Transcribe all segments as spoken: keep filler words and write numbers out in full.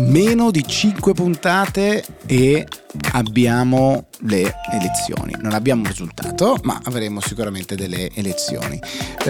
Meno di cinque puntate e abbiamo le elezioni. Non abbiamo un risultato, ma avremo sicuramente delle elezioni.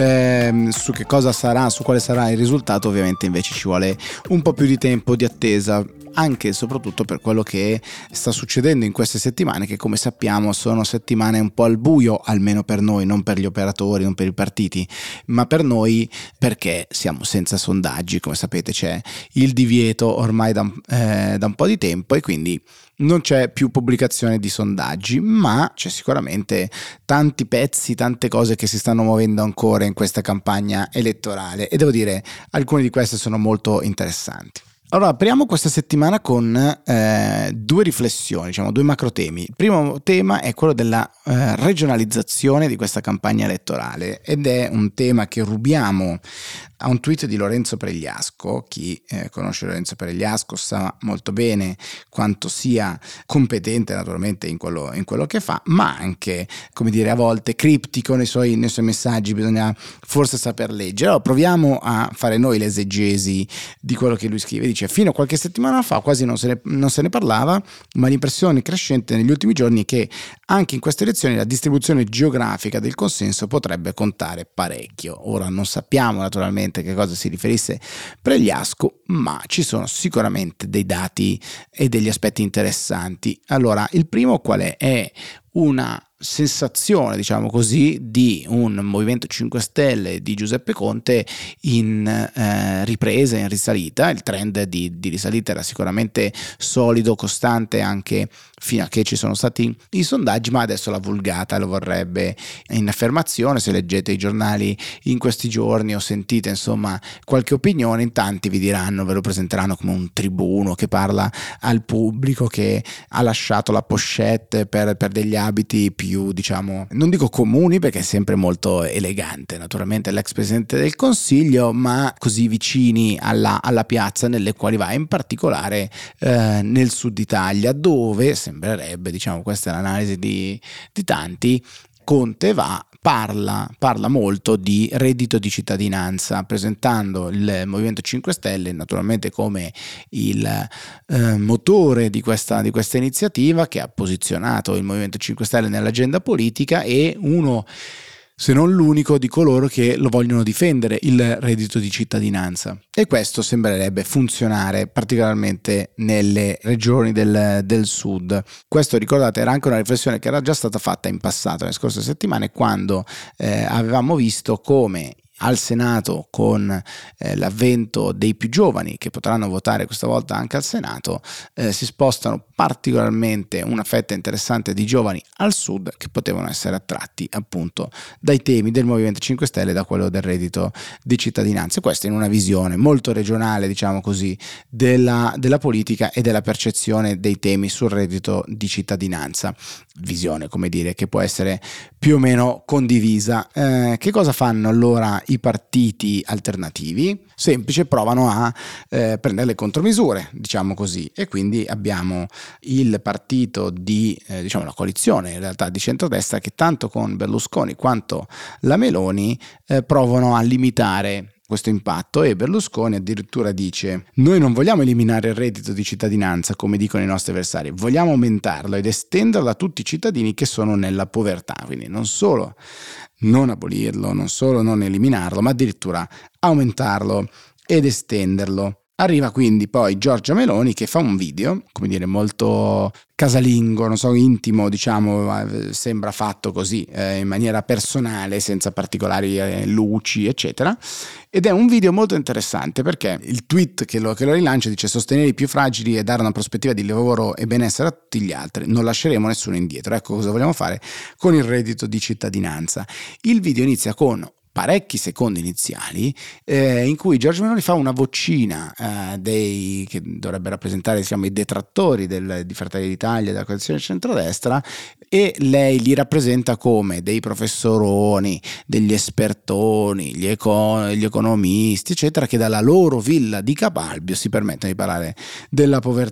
Eh, su che cosa sarà, su quale sarà il risultato, ovviamente invece ci vuole un po' più di tempo di attesa, anche e soprattutto per quello che sta succedendo in queste settimane, che come sappiamo sono settimane un po' al buio, almeno per noi, non per gli operatori, non per i partiti, ma per noi, perché siamo senza sondaggi. Come sapete c'è il divieto ormai da, eh, da un po' di tempo e quindi non c'è più pubblicazione di sondaggi, ma c'è sicuramente tanti pezzi, tante cose che si stanno muovendo ancora in questa campagna elettorale, e devo dire alcune di queste sono molto interessanti. Allora, apriamo questa settimana con eh, due riflessioni, diciamo due macro temi. Il primo tema è quello della eh, regionalizzazione di questa campagna elettorale, ed è un tema che rubiamo a un tweet di Lorenzo Pregliasco. Chi eh, conosce Lorenzo Pregliasco sa molto bene quanto sia competente naturalmente in quello, in quello che fa, ma anche, come dire, a volte criptico nei suoi, nei suoi messaggi. Bisogna forse saper leggere. Allora, proviamo a fare noi l'esegesi di quello che lui scrive. Dice: fino a qualche settimana fa quasi non se ne, non se ne parlava, ma l'impressione crescente negli ultimi giorni è che anche in queste elezioni la distribuzione geografica del consenso potrebbe contare parecchio. Ora non sappiamo naturalmente che cosa si riferisse Pregliasco, ma ci sono sicuramente dei dati e degli aspetti interessanti. Allora, il primo qual è? È una sensazione, diciamo così, di un Movimento cinque Stelle di Giuseppe Conte in eh, ripresa, in risalita. Il trend di, di risalita era sicuramente solido, costante, anche fino a che ci sono stati i sondaggi, ma adesso la vulgata lo vorrebbe in affermazione. Se leggete i giornali in questi giorni o sentite insomma qualche opinione, in tanti vi diranno, ve lo presenteranno come un tribuno che parla al pubblico, che ha lasciato la pochette per, per degli abiti più, diciamo, non dico comuni perché è sempre molto elegante, naturalmente l'ex presidente del Consiglio, ma così vicini alla, alla piazza nelle quali va, in particolare eh, nel sud Italia, dove sembrerebbe, diciamo, questa è l'analisi di, di tanti, Conte va, parla, parla molto di reddito di cittadinanza, presentando il Movimento cinque Stelle naturalmente come il eh, motore di questa, di questa iniziativa, che ha posizionato il Movimento cinque Stelle nell'agenda politica, e uno, se non l'unico, di coloro che lo vogliono difendere, il reddito di cittadinanza. E questo sembrerebbe funzionare particolarmente nelle regioni del, del sud. Questo, ricordate, era anche una riflessione che era già stata fatta in passato, nelle scorse settimane, quando eh, avevamo visto come al Senato, con eh, l'avvento dei più giovani che potranno votare questa volta anche al Senato, eh, si spostano particolarmente una fetta interessante di giovani al sud, che potevano essere attratti appunto dai temi del Movimento cinque Stelle e da quello del reddito di cittadinanza. Questo in una visione molto regionale, diciamo così, della, della politica e della percezione dei temi sul reddito di cittadinanza. Visione, come dire, che può essere più o meno condivisa. Eh, che cosa fanno allora i partiti alternativi? Semplice, provano a eh, prendere le contromisure, diciamo così, e quindi abbiamo il partito di, eh, diciamo la coalizione in realtà di centrodestra, che tanto con Berlusconi quanto la Meloni eh, provano a limitare questo impatto, e Berlusconi addirittura dice: noi non vogliamo eliminare il reddito di cittadinanza come dicono i nostri avversari, vogliamo aumentarlo ed estenderlo a tutti i cittadini che sono nella povertà. Quindi non solo non abolirlo, non solo non eliminarlo, ma addirittura aumentarlo ed estenderlo. Arriva quindi poi Giorgia Meloni, che fa un video, come dire, molto casalingo, non so, intimo, diciamo, sembra fatto così, eh, in maniera personale, senza particolari eh, luci, eccetera. Ed è un video molto interessante, perché il tweet che lo, che lo rilancia dice: sostenere i più fragili e dare una prospettiva di lavoro e benessere a tutti gli altri, non lasceremo nessuno indietro. Ecco cosa vogliamo fare con il reddito di cittadinanza. Il video inizia con parecchi secondi iniziali eh, in cui Giorgia Meloni fa una vocina eh, dei che dovrebbe rappresentare, diciamo, i detrattori del, di Fratelli d'Italia, della coalizione centrodestra, e lei li rappresenta come dei professoroni, degli espertoni, gli, eco, gli economisti, eccetera, che dalla loro villa di Capalbio si permettono di parlare della povertà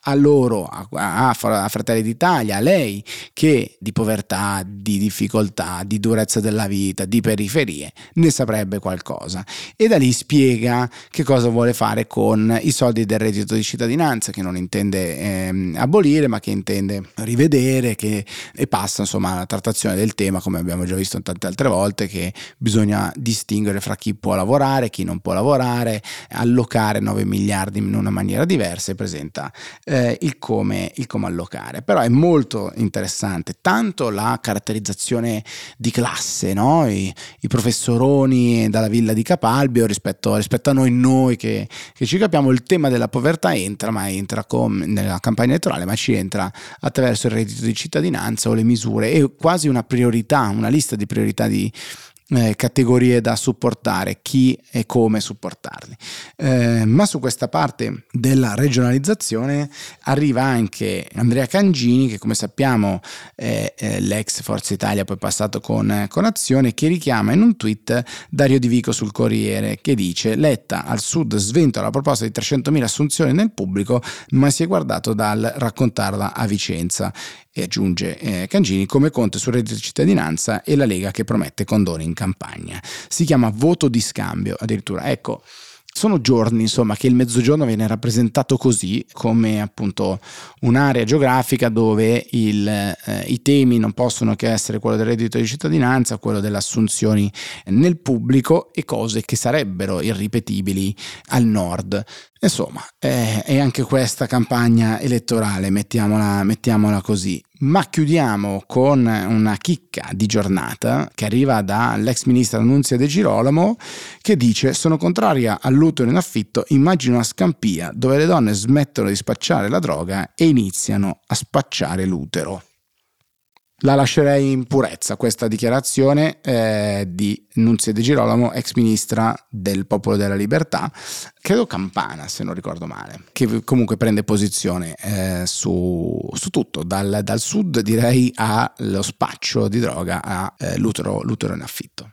a loro, a, a, a Fratelli d'Italia, a lei, che di povertà, di difficoltà, di durezza della vita, di periferie ne saprebbe qualcosa, e da lì spiega che cosa vuole fare con i soldi del reddito di cittadinanza, che non intende ehm, abolire ma che intende rivedere, che, e passa insomma alla trattazione del tema, come abbiamo già visto tante altre volte, che bisogna distinguere fra chi può lavorare, chi non può lavorare, allocare nove miliardi in una maniera diversa, e presenta eh, il, come, il come allocare. Però è molto interessante tanto la caratterizzazione di classe, no? I, i professoroni dalla villa di Capalbio rispetto, rispetto a noi noi che, che ci capiamo. Il tema della povertà entra, ma entra con, nella campagna elettorale, ma ci entra attraverso il reddito di cittadinanza o le misure, è quasi una priorità, una lista di priorità di Eh, categorie da supportare, chi e come supportarli. Eh, ma su questa parte della regionalizzazione arriva anche Andrea Cangini, che come sappiamo è eh, l'ex Forza Italia, poi passato con, con Azione, che richiama in un tweet Dario Di Vico sul Corriere, che dice: Letta al sud sventola la proposta di trecentomila assunzioni nel pubblico, ma si è guardato dal raccontarla a Vicenza. E aggiunge eh, Cangini, come Conte sul reddito di cittadinanza e la Lega che promette condoni in campagna. Si chiama voto di scambio addirittura. Ecco, sono giorni insomma che il Mezzogiorno viene rappresentato così, come appunto un'area geografica dove il, eh, i temi non possono che essere quello del reddito di cittadinanza, quello delle assunzioni nel pubblico, e cose che sarebbero irripetibili al nord. Insomma, eh, è anche questa campagna elettorale, mettiamola, mettiamola così. Ma chiudiamo con una chicca di giornata che arriva dall'ex ministra Nunzia De Girolamo, che dice: sono contraria all'utero in affitto, immagino una Scampia dove le donne smettono di spacciare la droga e iniziano a spacciare l'utero. La lascerei in purezza questa dichiarazione eh, di Nunzia De Girolamo, ex ministra del Popolo della Libertà, credo campana se non ricordo male, che comunque prende posizione eh, su, su tutto, dal, dal sud direi allo spaccio di droga a eh, l'utero, l'utero in affitto.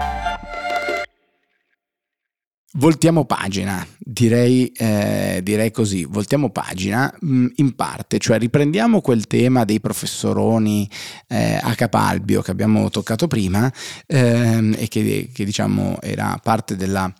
Voltiamo pagina, direi, eh, direi così, voltiamo pagina mh, in parte, cioè riprendiamo quel tema dei professoroni eh, a Capalbio che abbiamo toccato prima ehm, e che, che diciamo era parte della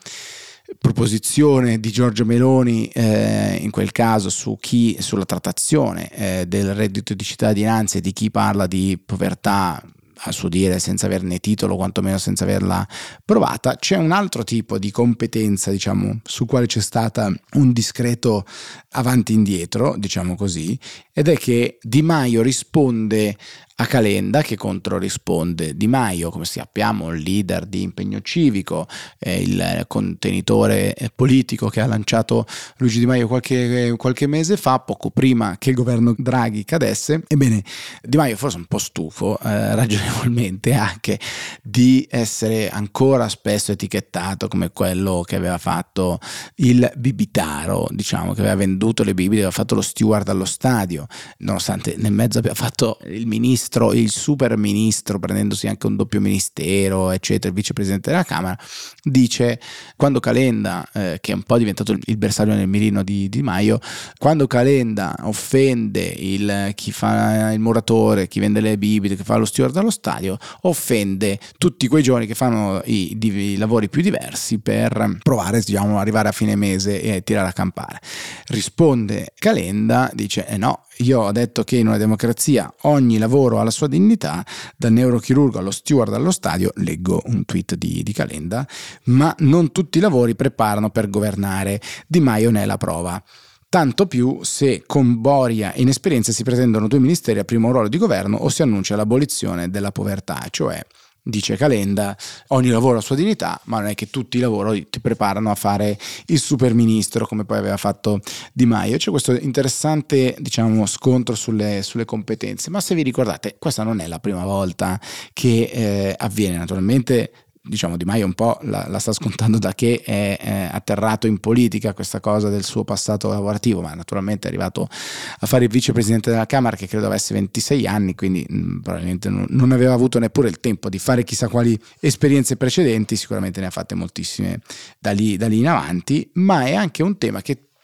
proposizione di Giorgia Meloni eh, in quel caso su chi, sulla trattazione eh, del reddito di cittadinanza e di chi parla di povertà a suo dire senza averne titolo, quantomeno senza averla provata. C'è un altro tipo di competenza, diciamo, sul quale c'è stata un discreto avanti e indietro, diciamo così, ed è che Di Maio risponde a Calenda, che controrisponde. Di Maio, come sappiamo, il leader di Impegno Civico, eh, il contenitore politico che ha lanciato Luigi Di Maio qualche, qualche mese fa, poco prima che il governo Draghi cadesse. Ebbene, Di Maio forse un po' stufo, eh, ragionevolmente anche, di essere ancora spesso etichettato come quello che aveva fatto il bibitaro, diciamo, che aveva venduto le bibite, aveva fatto lo steward allo stadio, nonostante nel mezzo abbia fatto il ministro, il super ministro, prendendosi anche un doppio ministero, eccetera, il vicepresidente della Camera. Dice, quando Calenda, eh, che è un po' diventato il bersaglio nel mirino di Di Maio, quando Calenda offende il, chi fa il muratore, chi vende le bibite, che fa lo steward allo stadio, offende tutti quei giovani che fanno i, i, i lavori più diversi per provare, diciamo, arrivare a fine mese e tirare a campare. Risponde Calenda, dice eh no, io ho detto che in una democrazia ogni lavoro ha la sua dignità, dal neurochirurgo allo steward allo stadio, leggo un tweet di, di Calenda, ma non tutti i lavori preparano per governare. Di Maio ne è la prova. Tanto più se con boria e inesperienza si pretendono due ministeri a primo ruolo di governo o si annuncia l'abolizione della povertà, cioè, dice Calenda, ogni lavoro ha la sua dignità, ma non è che tutti i lavori ti preparano a fare il super ministro come poi aveva fatto Di Maio. C'è questo interessante, diciamo, scontro sulle, sulle competenze, ma se vi ricordate questa non è la prima volta che eh, avviene. Naturalmente, diciamo, Di Maio un po' la, la sta scontando da che è eh, atterrato in politica, questa cosa del suo passato lavorativo, ma naturalmente è arrivato a fare il vicepresidente della Camera, che credo avesse ventisei anni, quindi mh, probabilmente non, non aveva avuto neppure il tempo di fare chissà quali esperienze precedenti. Sicuramente ne ha fatte moltissime da lì, da lì in avanti, ma è anche un tema che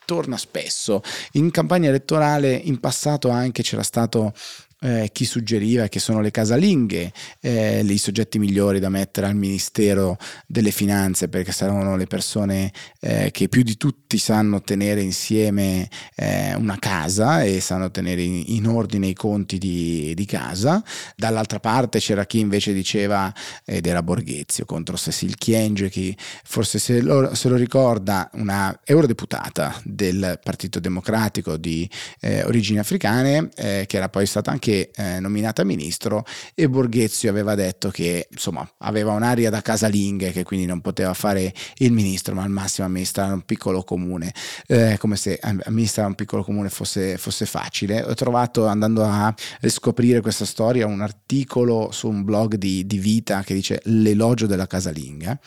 torna spesso. In campagna elettorale in passato anche c'era stato Eh, chi suggeriva che sono le casalinghe eh, i soggetti migliori da mettere al Ministero delle Finanze, perché saranno le persone eh, che più di tutti sanno tenere insieme eh, una casa e sanno tenere in, in ordine i conti di, di casa. Dall'altra parte c'era chi invece diceva, ed era Borghezio contro Cécile Kyenge, chi forse se lo, se lo ricorda, una eurodeputata del Partito Democratico di eh, origini africane, eh, che era poi stata anche Eh, nominata ministro, e Borghezio aveva detto che insomma aveva un'aria da casalinghe, che quindi non poteva fare il ministro, ma al massimo amministrare un piccolo comune, eh, come se amministrare un piccolo comune fosse, fosse facile. Ho trovato, andando a riscoprire questa storia, un articolo su un blog di, di Vita che dice l'elogio della casalinga,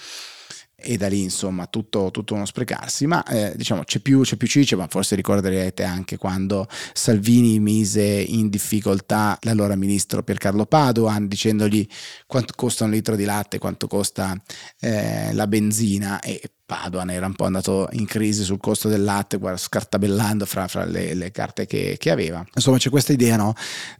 e da lì insomma tutto, tutto uno sprecarsi, ma eh, diciamo c'è più, c'è più cice, ma forse ricorderete anche quando Salvini mise in difficoltà l'allora ministro Piercarlo Padoan dicendogli quanto costa un litro di latte, quanto costa eh, la benzina, e Padoan era un po' andato in crisi sul costo del latte, guarda, scartabellando fra, fra le, le carte che, che aveva. Insomma c'è questa idea, no,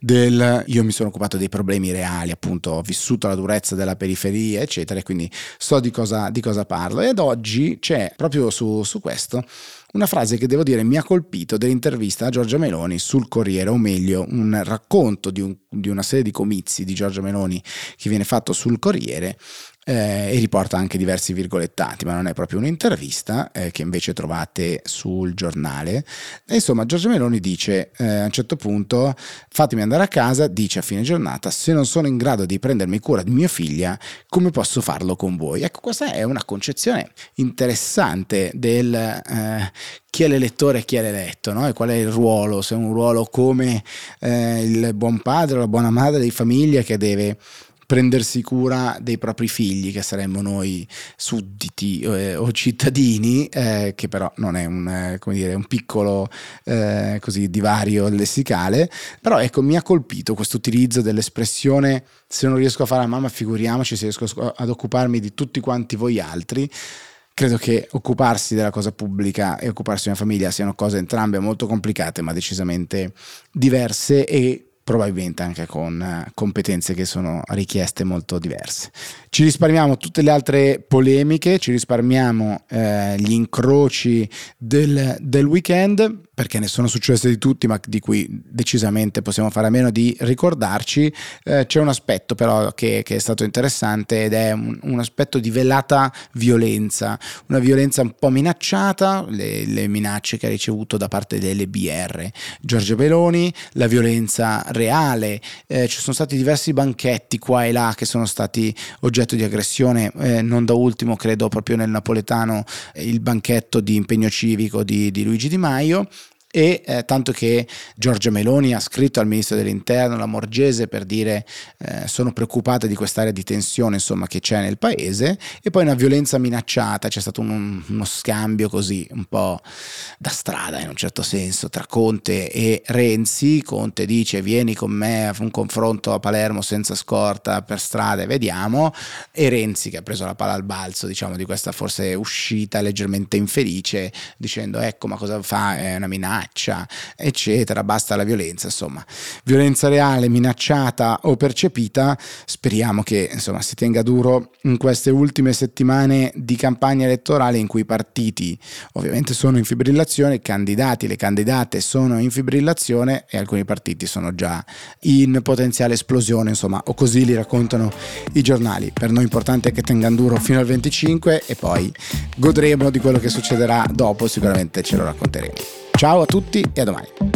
del io mi sono occupato dei problemi reali, appunto ho vissuto la durezza della periferia eccetera, e quindi so di cosa, di cosa parlo. E ad oggi c'è proprio su, su questo una frase che devo dire mi ha colpito, dell'intervista a Giorgia Meloni sul Corriere, o meglio un racconto di, un, di una serie di comizi di Giorgia Meloni che viene fatto sul Corriere, eh, e riporta anche diversi virgolettati, ma non è proprio un'intervista, eh, che invece trovate sul Giornale. E insomma Giorgia Meloni dice eh, a un certo punto: fatemi andare a casa, dice a fine giornata, se non sono in grado di prendermi cura di mia figlia, come posso farlo con voi? Ecco, questa è una concezione interessante del eh, chi è l'elettore e chi è l'eletto, no? E qual è il ruolo, se è un ruolo come eh, il buon padre o la buona madre di famiglia che deve prendersi cura dei propri figli, che saremmo noi sudditi eh, o cittadini, eh, che però non è un, eh, come dire, un piccolo eh, così divario lessicale. Però ecco, mi ha colpito questo utilizzo dell'espressione se non riesco a fare la mamma, figuriamoci se riesco ad occuparmi di tutti quanti voi altri. Credo che occuparsi della cosa pubblica e occuparsi di una famiglia siano cose entrambe molto complicate, ma decisamente diverse, e probabilmente anche con competenze che sono richieste molto diverse. Ci risparmiamo tutte le altre polemiche, ci risparmiamo eh, gli incroci del, del weekend, perché ne sono successe di tutti, ma di cui decisamente possiamo fare a meno di ricordarci. Eh, c'è un aspetto però che, che è stato interessante, ed è un, un aspetto di velata violenza, una violenza un po' minacciata, le, le minacce che ha ricevuto da parte delle B R Giorgia Meloni, la violenza reale. Eh, ci sono stati diversi banchetti qua e là che sono stati oggetto di aggressione, eh, non da ultimo credo proprio nel napoletano il banchetto di impegno civico di, di Luigi Di Maio. E eh, tanto che Giorgia Meloni ha scritto al ministro dell'interno Lamorgese per dire eh, sono preoccupata di quest'area di tensione insomma che c'è nel paese. E poi una violenza minacciata, c'è stato un, uno scambio così un po' da strada in un certo senso tra Conte e Renzi. Conte dice vieni con me a un confronto a Palermo senza scorta per strada e vediamo, e Renzi che ha preso la palla al balzo diciamo di questa forse uscita leggermente infelice dicendo ecco ma cosa fa, è una minaccia eccetera, basta la violenza. Insomma, violenza reale, minacciata o percepita. Speriamo che insomma si tenga duro in queste ultime settimane di campagna elettorale, in cui i partiti ovviamente sono in fibrillazione, i candidati, le candidate sono in fibrillazione, e alcuni partiti sono già in potenziale esplosione, insomma, o così li raccontano i giornali. Per noi importante è che tengano duro fino al venticinque, e poi godremo di quello che succederà dopo, sicuramente ce lo racconteremo. Ciao a tutti e a domani.